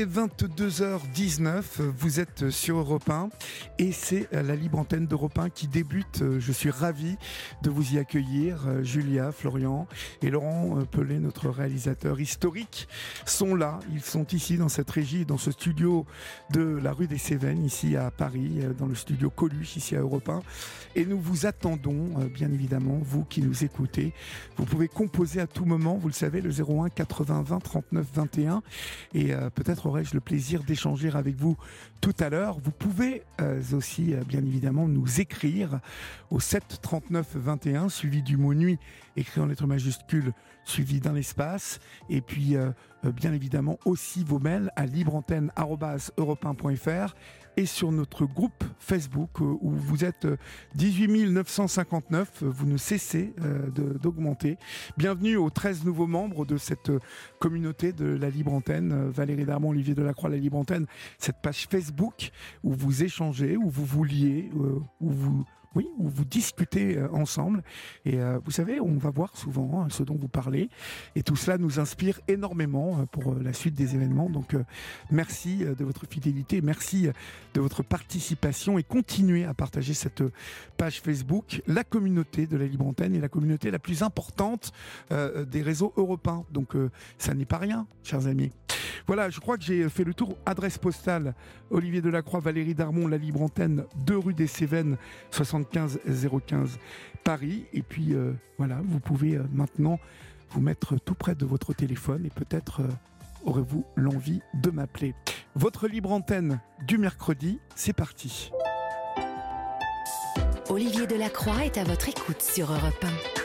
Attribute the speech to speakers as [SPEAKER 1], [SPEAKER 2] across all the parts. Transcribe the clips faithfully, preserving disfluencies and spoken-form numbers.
[SPEAKER 1] est vingt-deux heures dix-neuf, vous êtes sur Europe un et c'est la libre antenne d'Europe un qui débute. Je suis ravi de vous y accueillir. Julia, Florian et Laurent Pelé, notre réalisateur historique, sont là. Ils sont ici dans cette régie, dans ce studio de la rue des Cévennes, ici à Paris, dans le studio Coluche, ici à Europe un. Et nous vous attendons, bien évidemment, vous qui nous écoutez. Vous pouvez composer à tout moment, vous le savez, le zéro un quatre-vingts vingt trente-neuf vingt et un. Et euh, peut-être aurai-je le plaisir d'échanger avec vous tout à l'heure. Vous pouvez euh, aussi, euh, bien évidemment, nous écrire au sept trente-neuf vingt et un, suivi du mot nuit, écrit en lettres majuscules, suivi d'un espace. Et puis, euh, euh, bien évidemment, aussi vos mails à libreantenne arobase europe un point f r et sur notre groupe Facebook euh, où vous êtes euh, dix-huit mille neuf cent cinquante-neuf. Euh, vous ne cessez euh, de, d'augmenter. Bienvenue aux treize nouveaux membres de cette euh, communauté de la Libre Antenne. Euh, Valérie Darmon, Olivier Delacroix, la Libre Antenne, cette page Facebook où vous échangez, où vous vous liez, euh, où vous... Oui, où vous discutez euh, ensemble. Et euh, vous savez, on va voir souvent hein, ce dont vous parlez. Et tout cela nous inspire énormément euh, pour euh, la suite des événements. Donc, euh, merci euh, de votre fidélité, merci euh, de votre participation et continuez à partager cette euh, page Facebook. La communauté de la Libre Antenne est la communauté la plus importante euh, des réseaux européens. Donc, euh, ça n'est pas rien, chers amis. Voilà, je crois que j'ai fait le tour. Adresse postale, Olivier Delacroix, Valérie Darmon, la Libre Antenne, deux rue des Cévennes, soixante-quinze zéro quinze, Paris. Et puis, euh, voilà, vous pouvez euh, maintenant vous mettre tout près de votre téléphone et peut-être euh, aurez-vous l'envie de m'appeler. Votre Libre Antenne du mercredi, c'est parti.
[SPEAKER 2] Olivier Delacroix est à votre écoute sur Europe un.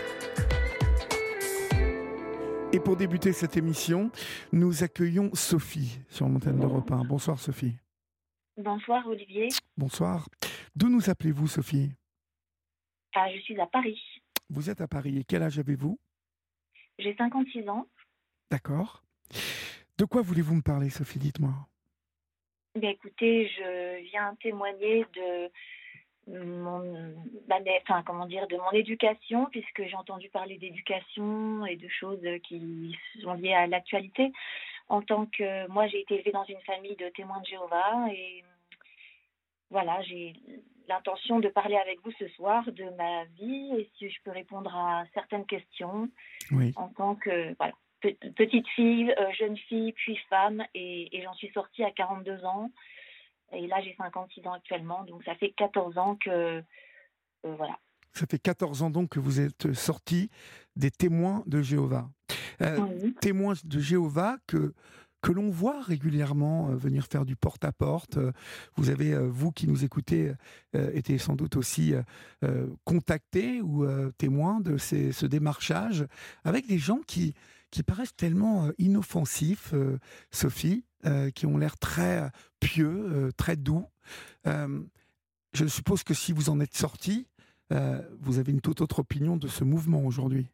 [SPEAKER 1] Et pour débuter cette émission, nous accueillons Sophie sur l'antenne d'Europe un. Bonsoir Sophie.
[SPEAKER 3] Bonsoir Olivier.
[SPEAKER 1] Bonsoir. D'où nous appelez-vous Sophie ?
[SPEAKER 3] Ah, je suis à Paris.
[SPEAKER 1] Vous êtes à Paris et quel âge avez-vous ?
[SPEAKER 3] J'ai cinquante-six ans.
[SPEAKER 1] D'accord. De quoi voulez-vous me parler Sophie ? Dites-moi.
[SPEAKER 3] Bien, écoutez, je viens témoigner de mon, enfin, comment dire, de mon éducation, puisque j'ai entendu parler d'éducation et de choses qui sont liées à l'actualité. En tant que moi, j'ai été élevée dans une famille de témoins de Jéhovah et voilà, j'ai l'intention de parler avec vous ce soir de ma vie et si je peux répondre à certaines questions
[SPEAKER 1] oui.
[SPEAKER 3] En tant que voilà, petite fille, euh, jeune fille, puis femme et, et j'en suis sortie à quarante-deux ans. Et là, j'ai cinquante-six ans actuellement, donc ça fait quatorze ans que... Euh, voilà.
[SPEAKER 1] Ça fait quatorze ans donc que vous êtes sortis des témoins de Jéhovah. Euh, oui. Témoins de Jéhovah que, que l'on voit régulièrement euh, venir faire du porte-à-porte. Euh, vous avez, euh, vous qui nous écoutez, euh, été sans doute aussi euh, contactés ou euh, témoins de ces, ce démarchage avec des gens qui, qui paraissent tellement euh, inoffensifs, euh, Sophie, Euh, qui ont l'air très pieux, euh, très doux. Euh, je suppose que si vous en êtes sorti, euh, vous avez une toute autre opinion de ce mouvement aujourd'hui.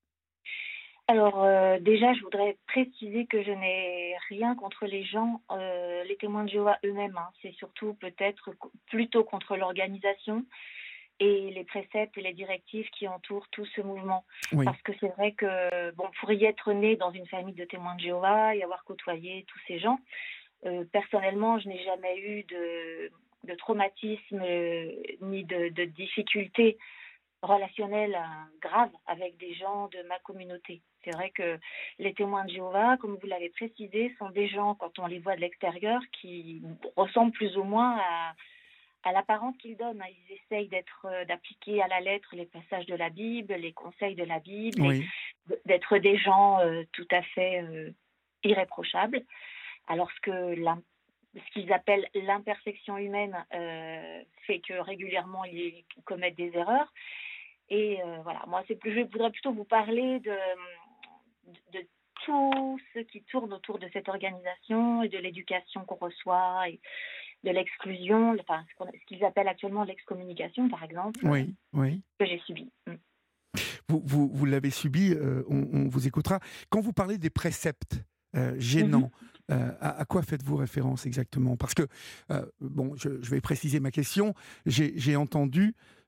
[SPEAKER 3] Alors euh, déjà, je voudrais préciser que je n'ai rien contre les gens, euh, les témoins de Jéhovah eux-mêmes. Hein. C'est surtout peut-être plutôt contre l'organisation et les préceptes et les directives qui entourent tout ce mouvement. Oui. Parce que c'est vrai que, bon, pour y être né dans une famille de témoins de Jéhovah et avoir côtoyé tous ces gens, euh, personnellement, je n'ai jamais eu de, de traumatisme euh, ni de, de difficultés relationnelles euh, graves avec des gens de ma communauté. C'est vrai que les témoins de Jéhovah, comme vous l'avez précisé, sont des gens, quand on les voit de l'extérieur, qui ressemblent plus ou moins à... à l'apparence qu'ils donnent. Ils essayent d'être, euh, d'appliquer à la lettre les passages de la Bible, les conseils de la Bible,
[SPEAKER 1] oui.
[SPEAKER 3] et d'être des gens euh, tout à fait euh, irréprochables. Alors ce, que ce qu'ils appellent l'imperfection humaine euh, fait que régulièrement ils commettent des erreurs. Et euh, voilà, moi c'est plus, je voudrais plutôt vous parler de, de, de tout ce qui tourne autour de cette organisation et de l'éducation qu'on reçoit et de l'exclusion, enfin, ce qu'ils appellent actuellement l'excommunication, par exemple,
[SPEAKER 1] oui,
[SPEAKER 3] euh,
[SPEAKER 1] oui.
[SPEAKER 3] que j'ai subi. Mm.
[SPEAKER 1] Vous, vous, vous l'avez subi, euh, on, on vous écoutera. Quand vous parlez des préceptes euh, gênants, mm-hmm. euh, à, à quoi faites-vous référence exactement ? Parce que, euh, bon, je, je vais préciser ma question, j'ai, j'ai entendu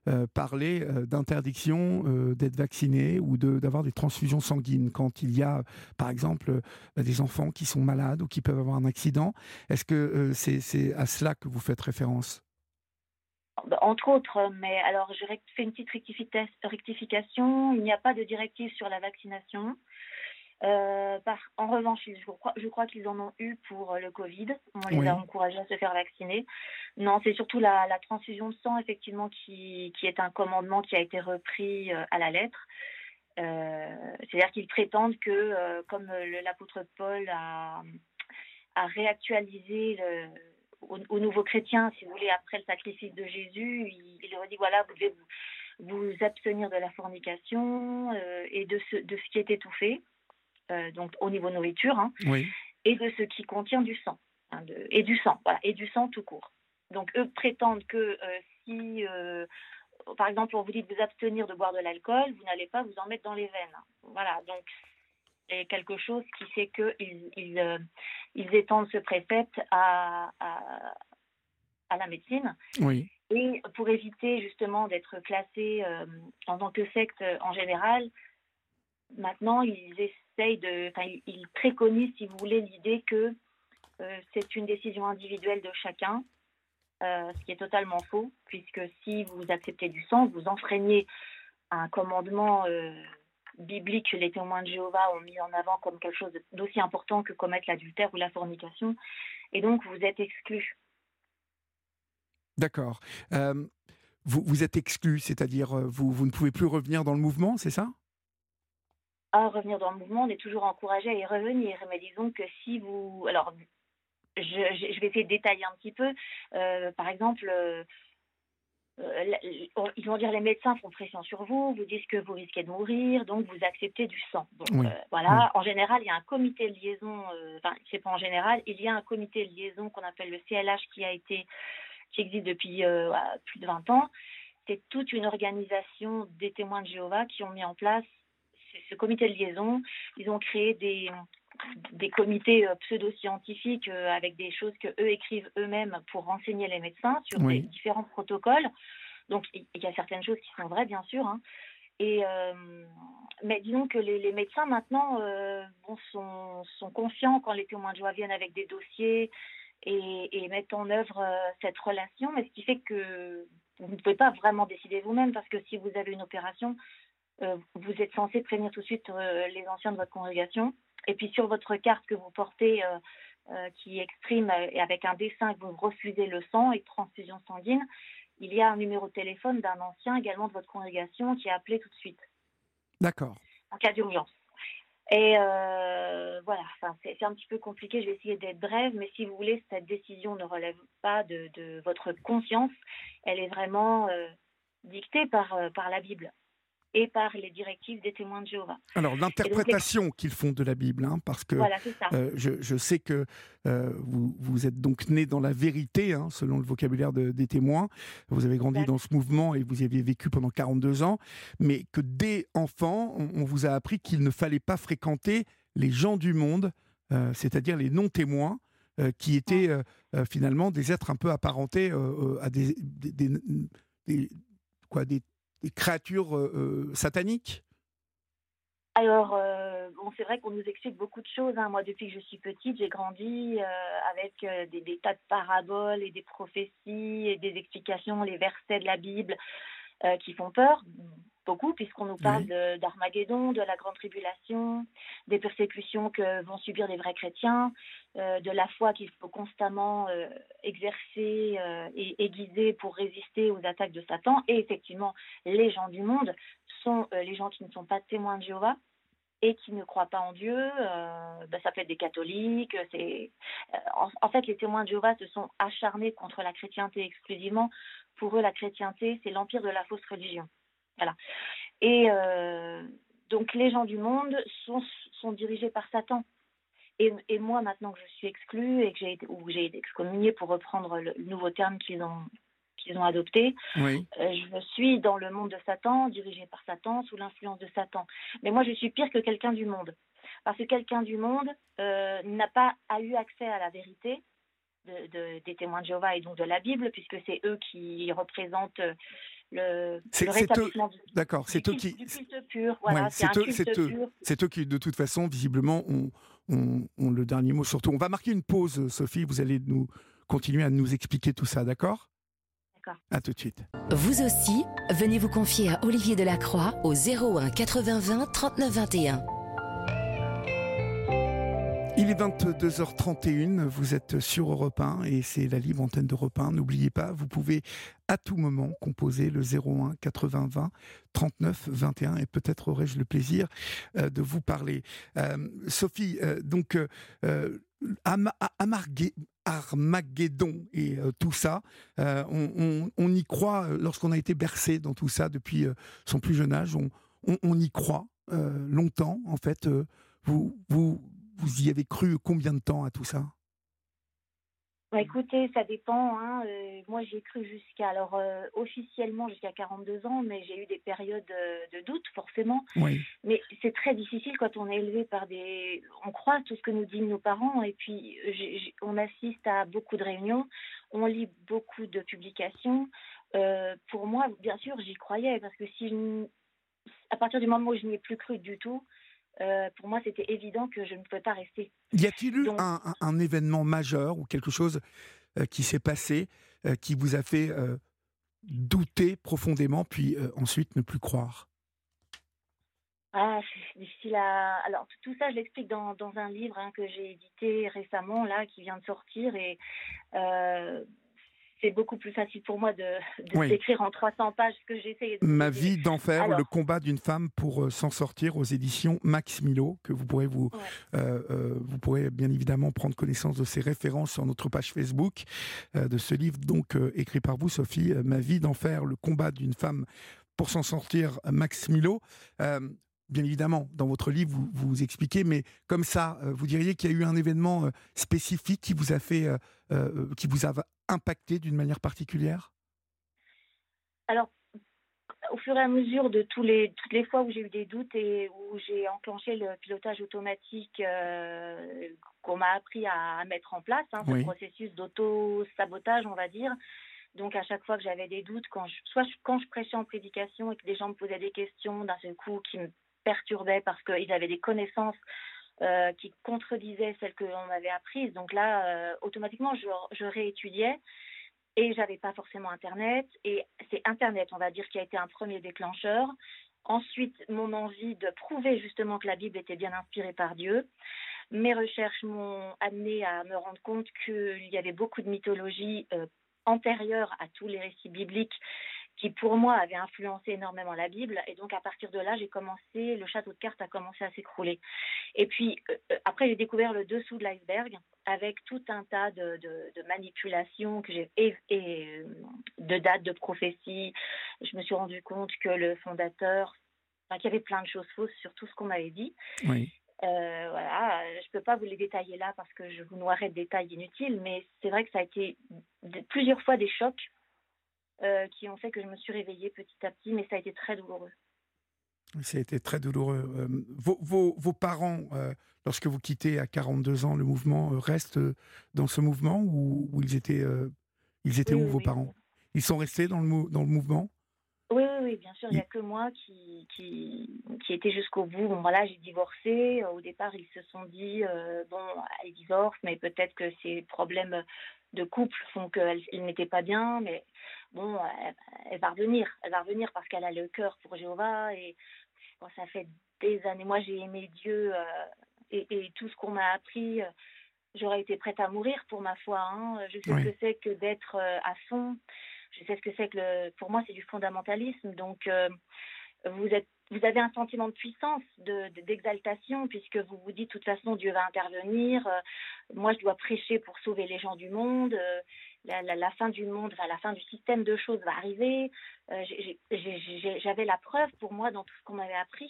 [SPEAKER 1] euh, parler euh, d'interdiction euh, d'être vacciné ou de, d'avoir des transfusions sanguines quand il y a, par exemple, euh, des enfants qui sont malades ou qui peuvent avoir un accident. Est-ce que euh, c'est, c'est à cela que vous faites référence?
[SPEAKER 3] Entre autres, mais alors je rec- fais une petite rectifica- rectification. Il n'y a pas de directive sur la vaccination. Euh, par, en revanche, je crois, je crois qu'ils en ont eu pour le Covid. On les a
[SPEAKER 1] Oui,
[SPEAKER 3] encouragés à se faire vacciner. Non, c'est surtout la, la transfusion de sang, effectivement, qui, qui est un commandement qui a été repris euh, à la lettre. Euh, c'est-à-dire qu'ils prétendent que, euh, comme le- l'apôtre Paul a, a réactualisé le, aux, aux nouveaux chrétiens, si vous voulez, après le sacrifice de Jésus, il, il leur dit, voilà, vous devez vous, vous abstenir de la fornication euh, et de ce, de ce qui est étouffé. Euh, donc au niveau nourriture, hein,
[SPEAKER 1] oui,
[SPEAKER 3] et de ce qui contient du sang, hein, de, et du sang, voilà, et du sang tout court. Donc eux prétendent que euh, si, euh, par exemple, on vous dit de vous abstenir de boire de l'alcool, vous n'allez pas vous en mettre dans les veines. Voilà, donc c'est quelque chose qui fait qu'ils ils, euh, ils étendent ce précepte à, à, à la médecine.
[SPEAKER 1] oui.
[SPEAKER 3] Et pour éviter justement d'être classés euh, en tant que secte en général, maintenant, ils essayent de, enfin, ils, ils préconisent, si vous voulez, l'idée que euh, c'est une décision individuelle de chacun, euh, ce qui est totalement faux, puisque si vous acceptez du sang, vous enfreignez un commandement euh, biblique que les témoins de Jéhovah ont mis en avant comme quelque chose d'aussi important que commettre l'adultère ou la fornication, et donc vous êtes exclu.
[SPEAKER 1] D'accord. Euh, vous, vous êtes exclu, c'est-à-dire euh, vous, vous ne pouvez plus revenir dans le mouvement, c'est ça?
[SPEAKER 3] À revenir dans le mouvement, on est toujours encouragé à y revenir, mais disons que si vous... Alors, je, je, je vais essayer de détailler un petit peu. Euh, par exemple... Euh, Euh, ils vont dire les médecins font pression sur vous, vous disent que vous risquez de mourir, donc vous acceptez du sang. Donc euh,
[SPEAKER 1] Oui, oui,
[SPEAKER 3] voilà, en général, il y a un comité de liaison, euh, enfin, c'est pas en général, il y a un comité de liaison qu'on appelle le C L H qui a été, qui existe depuis euh, plus de vingt ans. C'est toute une organisation des témoins de Jéhovah qui ont mis en place ce comité de liaison. Ils ont créé des, des comités euh, pseudo-scientifiques euh, avec des choses que eux écrivent eux-mêmes pour renseigner les médecins sur des
[SPEAKER 1] oui.
[SPEAKER 3] différents protocoles. Donc il y a certaines choses qui sont vraies, bien sûr, hein. Et euh, mais disons que les, les médecins maintenant euh, bon, sont, sont confiants quand les témoins de Jéhovah viennent avec des dossiers et, et mettent en œuvre euh, cette relation, mais ce qui fait que vous ne pouvez pas vraiment décider vous-même, parce que si vous avez une opération, euh, vous êtes censé prévenir tout de suite euh, les anciens de votre congrégation. Et puis sur votre carte que vous portez, euh, euh, qui exprime euh, avec un dessin que vous refusez le sang et transfusion sanguine, il y a un numéro de téléphone d'un ancien également de votre congrégation qui est appelé tout de suite
[SPEAKER 1] D'accord.
[SPEAKER 3] en cas d'urgence. Et euh, voilà, enfin, c'est, c'est un petit peu compliqué, je vais essayer d'être brève, mais si vous voulez, cette décision ne relève pas de, de votre conscience, elle est vraiment euh, dictée par, euh, par la Bible et par les directives des témoins de Jéhovah.
[SPEAKER 1] Alors,
[SPEAKER 3] Et donc, les...
[SPEAKER 1] l'interprétation qu'ils font de la Bible, hein, parce que
[SPEAKER 3] voilà, c'est ça.
[SPEAKER 1] euh, je, je sais que euh, vous, vous êtes donc né dans la vérité, hein, selon le vocabulaire de- des témoins. Vous avez grandi
[SPEAKER 3] Exact.
[SPEAKER 1] dans ce mouvement et vous y aviez vécu pendant quarante-deux ans, mais que dès enfant, on, on vous a appris qu'il ne fallait pas fréquenter les gens du monde, euh, c'est-à-dire les non-témoins, euh, qui étaient euh, euh, finalement des êtres un peu apparentés euh, euh, à des, des, des- des- quoi, des, des créatures euh, euh, sataniques.
[SPEAKER 3] Alors, euh, bon, c'est vrai qu'on nous explique beaucoup de choses, hein. Moi, depuis que je suis petite, j'ai grandi euh, avec euh, des, des tas de paraboles et des prophéties et des explications, les versets de la Bible euh, qui font peur, beaucoup, puisqu'on nous parle
[SPEAKER 1] Oui.
[SPEAKER 3] de, d'Armageddon, de la grande tribulation, des persécutions que vont subir les vrais chrétiens, euh, de la foi qu'il faut constamment euh, exercer euh, et aiguiser pour résister aux attaques de Satan. Et effectivement, les gens du monde sont euh, les gens qui ne sont pas témoins de Jéhovah et qui ne croient pas en Dieu. Euh, ben, ça peut être des catholiques. C'est... Euh, en, en fait, les témoins de Jéhovah se sont acharnés contre la chrétienté exclusivement. Pour eux, la chrétienté, c'est l'empire de la fausse religion. Voilà. Et euh, donc, les gens du monde sont, sont dirigés par Satan. Et, et moi, maintenant que je suis exclue et que j'ai été, ou j'ai été excommuniée, pour reprendre le, le nouveau terme qu'ils ont, qu'ils ont adopté,
[SPEAKER 1] Oui.
[SPEAKER 3] euh, je suis dans le monde de Satan, dirigée par Satan, sous l'influence de Satan. Mais moi, je suis pire que quelqu'un du monde. Parce que quelqu'un du monde euh, n'a pas a eu accès à la vérité de, de, des témoins de Jéhovah et donc de la Bible, puisque c'est eux qui représentent le,
[SPEAKER 1] c'est,
[SPEAKER 3] le
[SPEAKER 1] c'est eux,
[SPEAKER 3] rétablissement du,
[SPEAKER 1] d'accord,
[SPEAKER 3] du,
[SPEAKER 1] c'est eux
[SPEAKER 3] culte,
[SPEAKER 1] qui,
[SPEAKER 3] du culte pur. Voilà,
[SPEAKER 1] ouais,
[SPEAKER 3] c'est un
[SPEAKER 1] c'est eux,
[SPEAKER 3] culte
[SPEAKER 1] c'est eux,
[SPEAKER 3] pur.
[SPEAKER 1] c'est eux qui, de toute façon, visiblement, ont, ont, ont le dernier mot sur tout. On va marquer une pause, Sophie. Vous allez nous continuer à nous expliquer tout ça, d'accord ?
[SPEAKER 3] D'accord.
[SPEAKER 1] À tout de suite.
[SPEAKER 2] Vous aussi, venez vous confier à Olivier Delacroix au zéro un quatre-vingts vingt trente-neuf vingt et un.
[SPEAKER 1] Il est vingt-deux heures trente et une, vous êtes sur Europe un et c'est la libre antenne d'Europe un. N'oubliez pas, vous pouvez à tout moment composer le zéro un quatre-vingts vingt trente-neuf vingt et un et peut-être aurai-je le plaisir euh, de vous parler. Euh, Sophie, euh, donc euh, euh, Ama- Amargue- Armageddon et euh, tout ça, euh, on, on- on y croit euh, lorsqu'on a été bercé dans tout ça depuis euh, son plus jeune âge, on, on- on y croit euh, longtemps en fait. Euh, vous, vous, vous y avez cru combien de temps à tout ça ?
[SPEAKER 3] Bah, écoutez, ça dépend. Hein. Euh, moi, j'y ai cru jusqu'à, alors euh, officiellement jusqu'à quarante-deux ans, mais j'ai eu des périodes euh, de doute, forcément.
[SPEAKER 1] Oui.
[SPEAKER 3] Mais c'est très difficile quand on est élevé par des... On croit tout ce que nous disent nos parents, et puis j'ai, j'ai- on assiste à beaucoup de réunions, on lit beaucoup de publications. Euh, pour moi, bien sûr, j'y croyais, parce que si je n- à partir du moment où je n'y ai plus cru du tout, euh, pour moi, c'était évident que je ne pouvais pas rester.
[SPEAKER 1] Y a-t-il eu
[SPEAKER 3] Donc,
[SPEAKER 1] un, un- un événement majeur ou quelque chose euh, qui s'est passé euh, qui vous a fait euh, douter profondément puis euh, ensuite ne plus croire ?
[SPEAKER 3] ah, c'est difficile à... Alors, tout tout ça, je l'explique dans, dans un livre hein, que j'ai édité récemment, là, qui vient de sortir. Et euh, c'est beaucoup plus facile pour moi de, de
[SPEAKER 1] Oui.
[SPEAKER 3] d'écrire en trois cents pages ce que j'essaie de vous
[SPEAKER 1] Ma
[SPEAKER 3] résumer.
[SPEAKER 1] vie d'enfer, le
[SPEAKER 3] Alors,
[SPEAKER 1] combat d'une femme pour euh, s'en sortir aux éditions Max Milo, que vous pourrez vous,
[SPEAKER 3] ouais.
[SPEAKER 1] euh, euh, vous pourrez bien évidemment prendre connaissance de ces références sur notre page Facebook euh, de ce livre donc euh, écrit par vous, Sophie, euh, Ma vie d'enfer, le combat d'une femme pour s'en sortir, Max Milo. Euh, Bien évidemment, dans votre livre, vous vous expliquez, mais comme ça, euh, vous diriez qu'il y a eu un événement euh, spécifique qui vous a fait, euh, euh, qui vous a impacté d'une manière particulière ?
[SPEAKER 3] Alors, au fur et à mesure de tous les, toutes les fois où j'ai eu des doutes et où j'ai enclenché le pilotage automatique euh, qu'on m'a appris à, à mettre en place, hein, ce
[SPEAKER 1] Oui.
[SPEAKER 3] processus d'auto-sabotage, on va dire. Donc, à chaque fois que j'avais des doutes, quand je, soit je- quand je prêchais en prédication et que des gens me posaient des questions d'un seul coup qui me perturbaient parce qu'ils avaient des connaissances euh, qui contredisaient celles qu'on m'avait apprises. Donc là, euh, automatiquement, je, je réétudiais et j'avais pas forcément Internet. Et c'est Internet, on va dire, qui a été un premier déclencheur. Ensuite, mon envie de prouver justement que la Bible était bien inspirée par Dieu. Mes recherches m'ont amené à me rendre compte qu'il y avait beaucoup de mythologie euh, antérieure à tous les récits bibliques qui, pour moi, avaient influencé énormément la Bible. Et donc, à partir de là, j'ai commencé, le château de cartes a commencé à s'écrouler. Et puis, euh, après, j'ai découvert le dessous de l'iceberg avec tout un tas de, de, de manipulations que j'ai, et, et euh, de dates, de prophéties. Je me suis rendu compte que le fondateur, enfin, qu'il y avait plein de choses fausses sur tout ce qu'on m'avait dit.
[SPEAKER 1] Oui.
[SPEAKER 3] Euh, voilà, je ne peux pas vous les détailler là parce que je vous noierais de détails inutiles, mais c'est vrai que ça a été de, plusieurs fois des chocs euh, qui ont fait que je me suis réveillée petit à petit, mais ça a été très douloureux.
[SPEAKER 1] Ça a été très douloureux. Euh, vos, vos, vos parents, euh, lorsque vous quittez à quarante-deux ans le mouvement, euh, restent euh, dans ce mouvement ou, ou ils étaient, euh, ils étaient
[SPEAKER 3] Oui,
[SPEAKER 1] où
[SPEAKER 3] oui,
[SPEAKER 1] vos
[SPEAKER 3] oui.
[SPEAKER 1] parents ? Ils sont restés dans le, mou- dans le mouvement ?
[SPEAKER 3] Oui, oui, oui, bien sûr, il n'y
[SPEAKER 1] Ils-
[SPEAKER 3] a que moi qui, qui, qui était jusqu'au bout. Bon, voilà, j'ai divorcé. Au départ, ils se sont dit, euh, bon, elle divorce, mais peut-être que ses problèmes de couple font qu'elle elle n'était pas bien, mais bon, elle, elle va revenir. Elle va revenir parce qu'elle a le cœur pour Jéhovah. Et bon, ça fait des années. Moi, j'ai aimé Dieu euh, et, et tout ce qu'on m'a appris. euh, J'aurais été prête à mourir pour ma foi. Hein. Je sais ce
[SPEAKER 1] Oui.
[SPEAKER 3] que c'est que d'être euh, à fond. Je sais ce que c'est que le. Pour moi, c'est du fondamentalisme. Donc, euh, vous êtes, vous avez un sentiment de puissance, de, de- d'exaltation, puisque vous vous dites de toute façon Dieu va intervenir. Euh, moi, je dois prêcher pour sauver les gens du monde. Euh, la, la, la fin du monde, enfin, la fin du système de choses va arriver. Euh, j'ai, j'ai, j'ai, j'avais la preuve pour moi dans tout ce qu'on m'avait appris.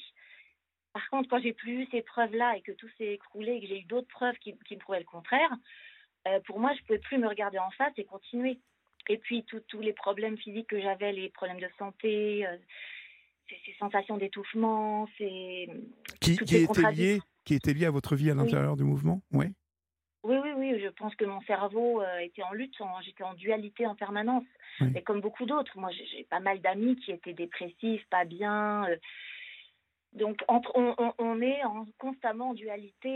[SPEAKER 3] Par contre, quand j'ai plus eu ces preuves-là et que tout s'est écroulé et que j'ai eu d'autres preuves qui, qui me prouvaient le contraire, euh, pour moi, je ne pouvais plus me regarder en face et continuer. Et puis, tous tous les problèmes physiques que j'avais, les problèmes de santé, euh, ces, ces sensations d'étouffement, ces,
[SPEAKER 1] Qui,
[SPEAKER 3] toutes
[SPEAKER 1] qui
[SPEAKER 3] ces
[SPEAKER 1] étaient
[SPEAKER 3] contradictions.
[SPEAKER 1] liés, qui étaient liés à votre vie à
[SPEAKER 3] Oui,
[SPEAKER 1] l'intérieur du mouvement ? Oui.
[SPEAKER 3] Oui, oui, oui, je pense que mon cerveau euh, était en lutte, en- j'étais en dualité en permanence.
[SPEAKER 1] Oui.
[SPEAKER 3] Et comme beaucoup d'autres, moi j'ai j'ai pas mal d'amis qui étaient dépressifs, pas bien. euh, donc entre, on, on- on est en, constamment en dualité.